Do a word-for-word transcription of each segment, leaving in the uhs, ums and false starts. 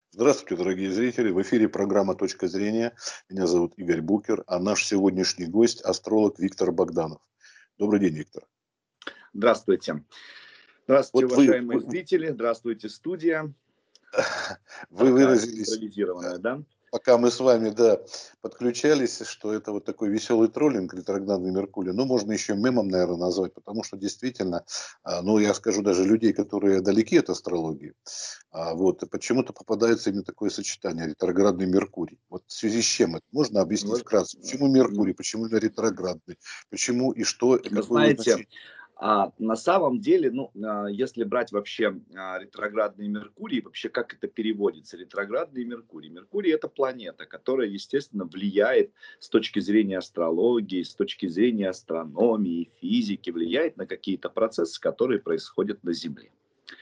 Здравствуйте, дорогие зрители. В эфире программа «Точка зрения». Меня зовут Игорь Букер, а наш сегодняшний гость– астролог Виктор Богданов. Добрый день, Виктор. Здравствуйте. Здравствуйте, Вот вы, уважаемые вы, зрители. Здравствуйте, студия. вы Такая выразились, централизированная, да? пока мы с вами, да, подключались, что это вот такой веселый троллинг, ретроградный Меркурий. Ну, можно еще мемом, наверное, назвать, потому что действительно, а, ну, я скажу даже людей, которые далеки от астрологии, а, вот, и почему-то попадается именно такое сочетание ретроградный Меркурий. Вот в связи с чем это? Можно объяснить Вы, вкратце, почему Меркурий, почему именно ретроградный, почему и что, и вы какое его знаете, значение? а, на самом деле, ну, а, если брать вообще а, ретроградный Меркурий, вообще как это переводится? Ретроградный Меркурий. Меркурий это планета, которая, естественно, влияет с точки зрения астрологии, с точки зрения астрономии, физики, влияет на какие-то процессы, которые происходят на Земле.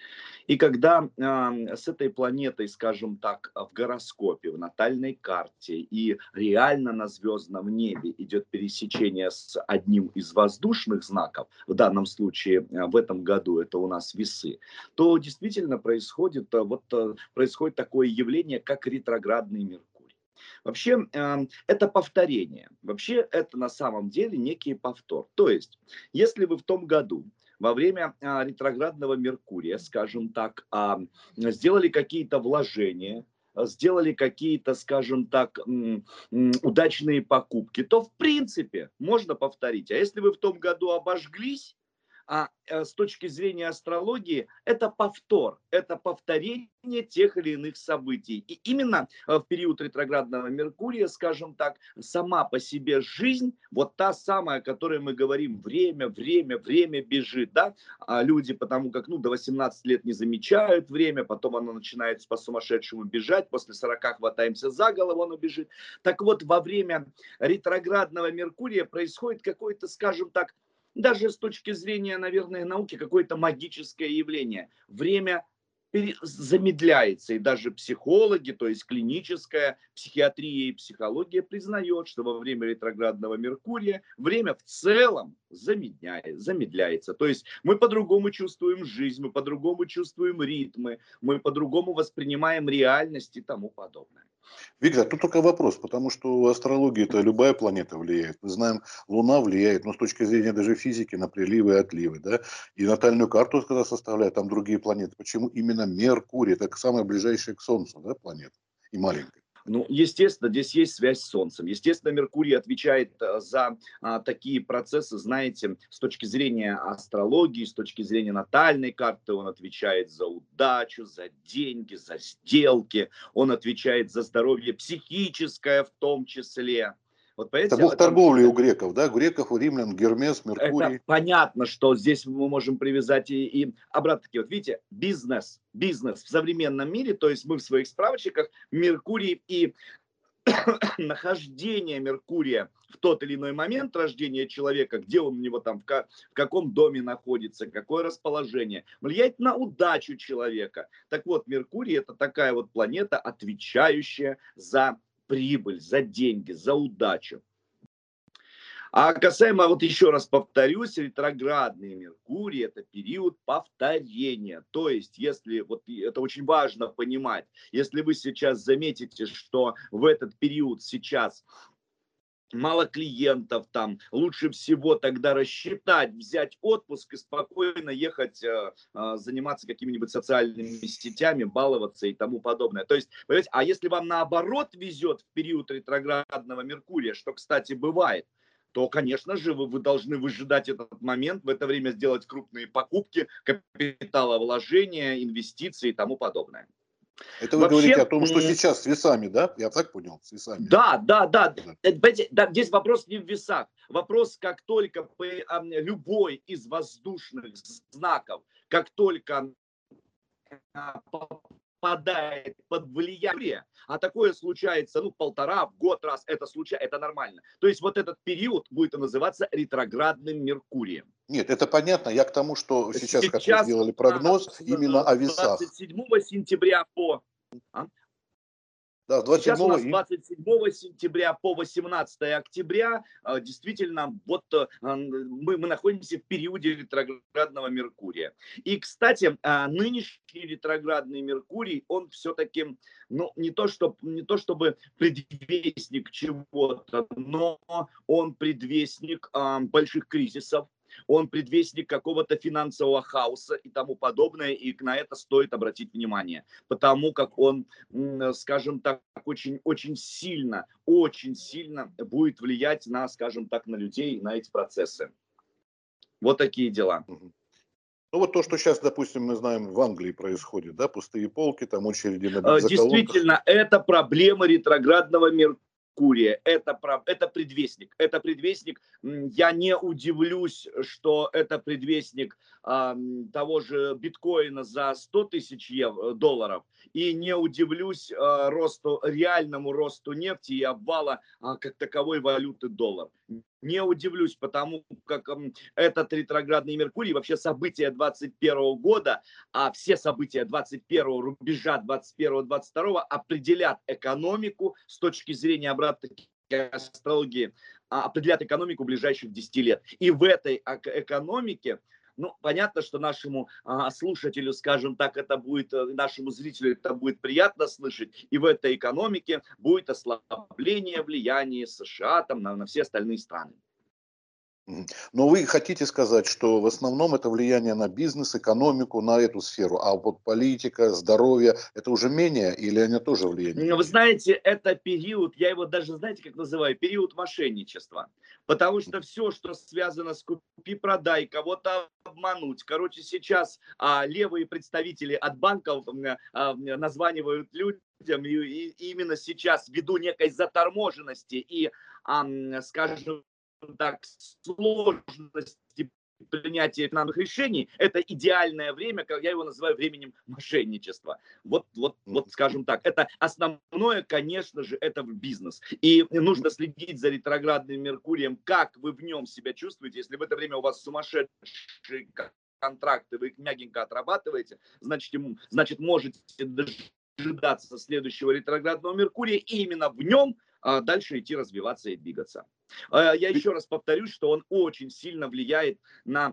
И когда а, с этой планетой, скажем так, в гороскопе, в натальной карте и реально на звездном небе идет пересечение с одним из воздушных знаков, в данном случае а, в этом году это у нас весы, то действительно происходит, а, вот, а, происходит такое явление, как ретроградный Меркурий. Вообще, а, это повторение. Вообще, это на самом деле некий повтор. То есть, если вы в том году во время а, ретроградного Меркурия, скажем так, а, сделали какие-то вложения, а, сделали какие-то, скажем так, м, м, удачные покупки, то в принципе можно повторить. А если вы в том году обожглись, а э, с точки зрения астрологии это повтор, это повторение тех или иных событий. И именно э, в период ретроградного Меркурия, скажем так, сама по себе жизнь, вот та самая, о которой мы говорим, время, время, время бежит, да, а люди потому как, ну, до восемнадцати лет не замечают время, потом оно начинает по сумасшедшему бежать, после сорока хватаемся за голову, оно бежит. Так вот, во время ретроградного Меркурия происходит какое-то, скажем так, даже с точки зрения, наверное, науки, какое-то магическое явление. Время пере- замедляется, и даже психологи, то есть клиническая психиатрия и психология признает, что во время ретроградного Меркурия время в целом замедляет, замедляется. То есть мы по-другому чувствуем жизнь, мы по-другому чувствуем ритмы, мы по-другому воспринимаем реальность и тому подобное. Виктор, тут только вопрос, потому что у астрологии это любая планета влияет. Мы знаем, Луна влияет, но с точки зрения даже физики на приливы и отливы, да, и натальную карту, когда составляют, там другие планеты. Почему именно Меркурий? Это самая ближайшая к Солнцу, да, планета, и маленькая. Ну, естественно, здесь есть связь с Солнцем. Естественно, Меркурий отвечает э, за а, такие процессы, знаете, с точки зрения астрологии, с точки зрения натальной карты, он отвечает за удачу, за деньги, за сделки, он отвечает за здоровье психическое в том числе. Вот Это понимаете, бог это, торговли у греков, да, греков, у римлян, Гермес, это Меркурий. понятно, что здесь мы можем привязать и, и обратно-таки. Вот видите, бизнес, бизнес в современном мире, то есть мы в своих справочниках Меркурий и нахождение Меркурия в тот или иной момент рождения человека, где он у него там, в, ка- в каком доме находится, какое расположение, влияет на удачу человека. Так вот, Меркурий это такая вот планета, отвечающая за прибыль, за деньги, за удачу. А касаемо, вот еще раз повторюсь, ретроградный Меркурий это период повторения. То есть, если, вот это очень важно понимать, если вы сейчас заметите, что в этот период сейчас мало клиентов там, лучше всего тогда рассчитать, взять отпуск и спокойно ехать э, э, заниматься какими-нибудь социальными сетями, баловаться и тому подобное. То есть, понимаете, а если вам наоборот везет в период ретроградного Меркурия, что, кстати, бывает, то, конечно же, вы, вы должны выжидать этот момент, в это время сделать крупные покупки, капиталовложения, инвестиции и тому подобное. Это вы говорите о Вообще, том, что сейчас с весами, да? Я так понял, с весами. да, да, да. Да. Э, понимаете, да, здесь вопрос не в весах. Вопрос, как только по- а, любой из воздушных знаков, как только а, попадает под влияние, а такое случается, ну, полтора в год раз, это случается, это нормально. То есть вот этот период будет называться ретроградным Меркурием. Нет, это понятно. Я к тому, что сейчас, как вы Сейчас сделали у нас прогноз, именно э, о с двадцать весах. седьмого сентября по... А? Да, с Сейчас у 27 нас с и двадцать седьмого сентября по восемнадцатое октября э, действительно вот э, мы, мы находимся в периоде ретроградного Меркурия. И, кстати, э, нынешний ретроградный Меркурий, он все-таки, ну, не то, что, не то чтобы предвестник чего-то, но он предвестник э, больших кризисов. Он предвестник какого-то финансового хаоса и тому подобное, и на это стоит обратить внимание, потому как он, скажем так, очень, очень сильно, очень сильно будет влиять на, скажем так, на людей, на эти процессы. Вот такие дела. Мгм. Ну вот то, что сейчас, допустим, мы знаем в Англии происходит, да, пустые полки, там очереди на бензоколонках. Действительно, это проблема ретроградного Меркурия. Это, это предвестник. Это предвестник. Я не удивлюсь, что это предвестник а, того же биткоина за сто тысяч евро, долларов. И не удивлюсь а, росту, реальному росту нефти и обвала а, как таковой валюты доллар. Не удивлюсь, потому как м, этот ретроградный Меркурий, вообще события двадцать первого года, а все события двадцать первого рубежа двадцать первого двадцать второго определят экономику с точки зрения обратной астрологии, а, определят экономику ближайших десяти лет. И в этой экономике, ну, понятно, что нашему а, слушателю, скажем так, это будет, нашему зрителю это будет приятно слышать, и в этой экономике будет ослабление влияния США там, на, на все остальные страны. Мгм. Но вы хотите сказать, что в основном это влияние на бизнес, экономику, на эту сферу, а вот политика, здоровье, это уже менее или они тоже влияние Вы имеют? знаете, это период, я его даже, знаете, как называю, период мошенничества. Потому что все, что связано с купи-продай, кого-то обмануть. Короче, сейчас а, левые представители от банков а, названивают людям, и, и именно сейчас, ввиду некой заторможенности и, а, скажем так, сложности принятия финансовых решений, это идеальное время, как я его называю временем мошенничества. Вот, вот, вот, скажем так, это основное, конечно же, это бизнес. И нужно следить за ретроградным Меркурием, как вы в нем себя чувствуете. Если в это время у вас сумасшедшие контракты, вы их мягенько отрабатываете, значит, значит можете дожидаться следующего ретроградного Меркурия, и именно в нем а, дальше идти развиваться и двигаться. Я еще раз повторюсь, что он очень сильно влияет на,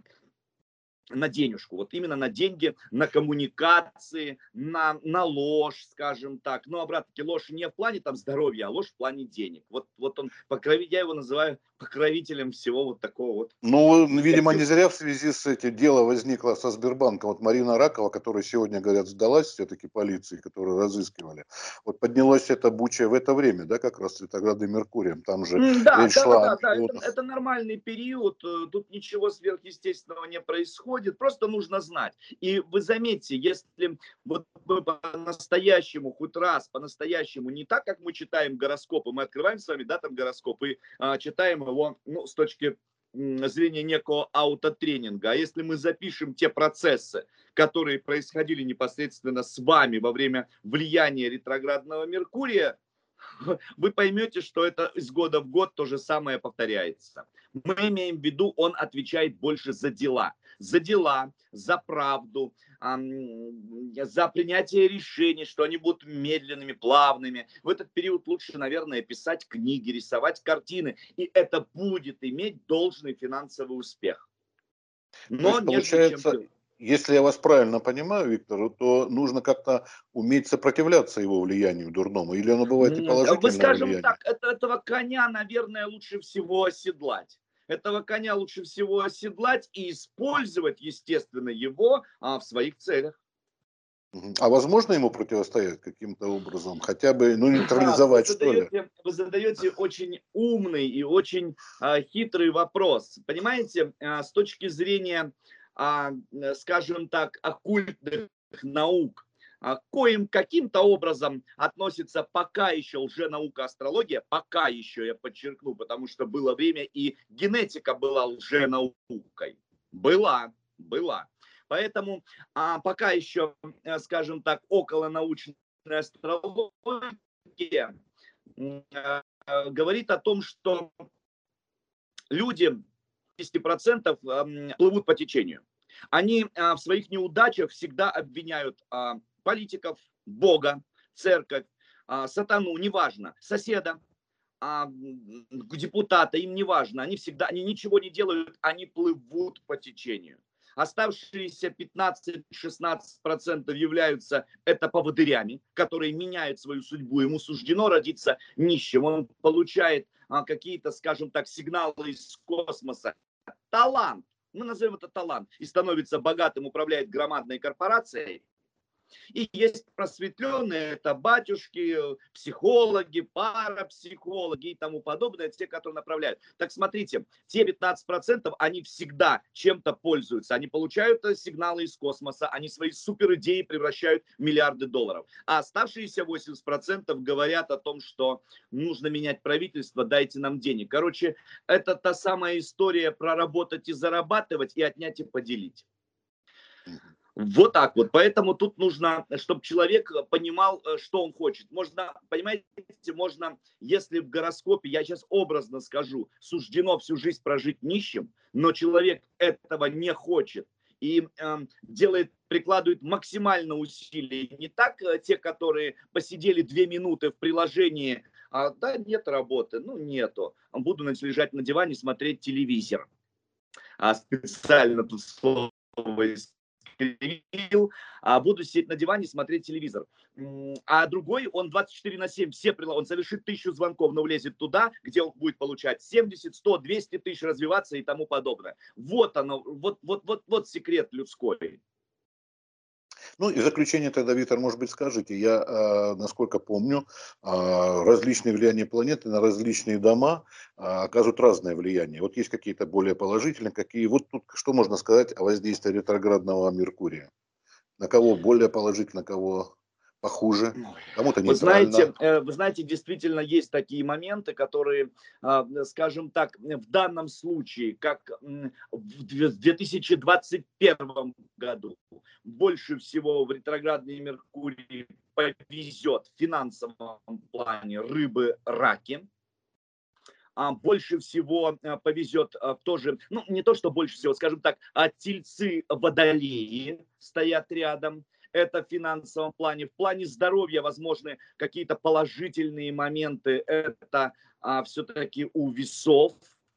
на денежку, вот именно на деньги, на коммуникации, на, на ложь, скажем так. Но, обратно-таки, ложь не в плане там здоровья, а ложь в плане денег. Вот, вот он, покрови, я его называю покровителем всего вот такого вот. Ну, видимо, не зря в связи с этим дело возникло со Сбербанком. Вот Марина Ракова, которая сегодня, говорят, сдалась все-таки полиции, которую разыскивали. Вот поднялась эта буча в это время, да, как раз с ретроградным Меркурием. Там же Да, речь да, шла о да, да, это, миллионах. это нормальный период, тут ничего сверхъестественного не происходит, просто нужно знать. И вы заметьте, если вот мы по-настоящему, хоть раз по-настоящему, не так, как мы читаем гороскопы, мы открываем с вами, да, там гороскоп, и а, читаем его, ну, с точки зрения некого аутотренинга. А если мы запишем те процессы, которые происходили непосредственно с вами во время влияния ретроградного Меркурия, вы поймете, что это из года в год то же самое повторяется. Мы имеем в виду, он отвечает больше за дела. За дела, за правду, за принятие решений, что они будут медленными, плавными. В этот период лучше, наверное, писать книги, рисовать картины. И это будет иметь должный финансовый успех. То Но есть, нежели чем... получается, если я вас правильно понимаю, Виктор, то нужно как-то уметь сопротивляться его влиянию дурному, или оно бывает и Вы, положительное скажем влияние? так, это, этого коня, наверное, лучше всего оседлать. Этого коня лучше всего оседлать и использовать, естественно, его а, в своих целях. Мгм. А возможно ему противостоять каким-то образом, хотя бы, ну, Ага, вы нейтрализовать, что ли? задаете, вы задаете очень умный и очень а, хитрый вопрос. Понимаете, а, с точки зрения, а, скажем так, оккультных наук, а, коим каким-то образом относится пока еще лженаука астрология, пока еще, я подчеркну, потому что было время и генетика была лженаукой. Была, была. Поэтому а, пока еще, э, скажем так, околонаучная астрология говорит о том, что люди десять процентов плывут по течению. Они в своих неудачах всегда обвиняют политиков, Бога, церковь, а, сатану, неважно, соседа, а, м, депутата, им не важно, они всегда, они ничего не делают, они плывут по течению. Оставшиеся пятнадцать-шестнадцать процентов являются это поводырями, которые меняют свою судьбу. Ему суждено родиться нищим. Он получает а, какие-то, скажем так, сигналы из космоса. Талант. Мы назовем это талант. И становится богатым, управляет громадной корпорацией. И есть просветленные, это батюшки, психологи, парапсихологи и тому подобное, те, которые направляют. Так смотрите, те пятнадцать процентов, они всегда чем-то пользуются. Они получают сигналы из космоса, они свои супер идеи превращают в миллиарды долларов. А оставшиеся восемьдесят процентов говорят о том, что нужно менять правительство, дайте нам денег. Короче, это та самая история про работать и зарабатывать, и отнять и поделить. Вот так вот. Поэтому тут нужно, чтобы человек понимал, что он хочет. Можно, понимаете, можно, если в гороскопе, я сейчас образно скажу, суждено всю жизнь прожить нищим, но человек этого не хочет и э, делает, прикладывает максимально усилий. Не так э, те, которые посидели две минуты в приложении, а, да, нет работы, ну нету. Буду лежать на диване, смотреть телевизор. А специально тут слово а буду сидеть на диване и смотреть телевизор. А другой, он двадцать четыре на семь, все, он совершит тысячу звонков, но влезет туда, где он будет получать семьдесят, сто, двести тысяч, развиваться и тому подобное. Вот оно, вот, вот, вот, вот секрет людской. Ну и в заключение тогда, Виктор, может быть, скажите, я, э, насколько помню, э, различные влияния планеты на различные дома э, оказывают разное влияние. Вот есть какие-то более положительные, какие. Вот тут что можно сказать о воздействии ретроградного Меркурия? На кого более положительно, на кого похуже, кому-то Вы знаете, нейтрально. э, вы знаете, действительно есть такие моменты, которые, а, скажем так, в данном случае, как в две тысячи двадцать первом году, больше всего в ретроградный Меркурий повезет в финансовом плане рыбы, раки. А больше всего а, повезет а, тоже, ну не то, что больше всего, скажем так, а тельцы, водолеи стоят рядом. Это в финансовом плане. В плане здоровья возможны какие-то положительные моменты. Это а, все-таки у весов.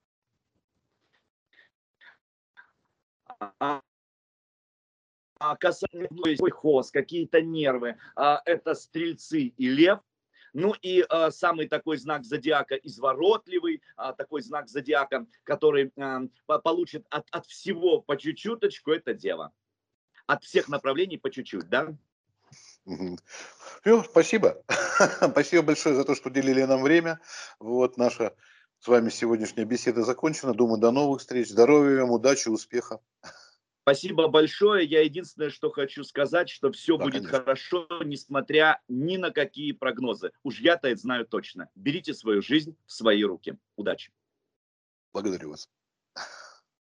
А, а касательно хоз, какие-то нервы, а, это стрельцы и лев. Ну и э, самый такой знак зодиака изворотливый, э, такой знак зодиака, который э, получит от, от всего по чуть-чуточку, это дева. От всех направлений по чуть-чуть, да? Все, спасибо. Спасибо большое за то, что уделили нам время. Вот наша с вами сегодняшняя беседа закончена. Думаю, до новых встреч. Здоровья вам, удачи, успеха. Спасибо большое. Я единственное, что хочу сказать, что все Да, будет конечно. хорошо, несмотря ни на какие прогнозы. Уж я-то это знаю точно. Берите свою жизнь в свои руки. Удачи. Благодарю вас.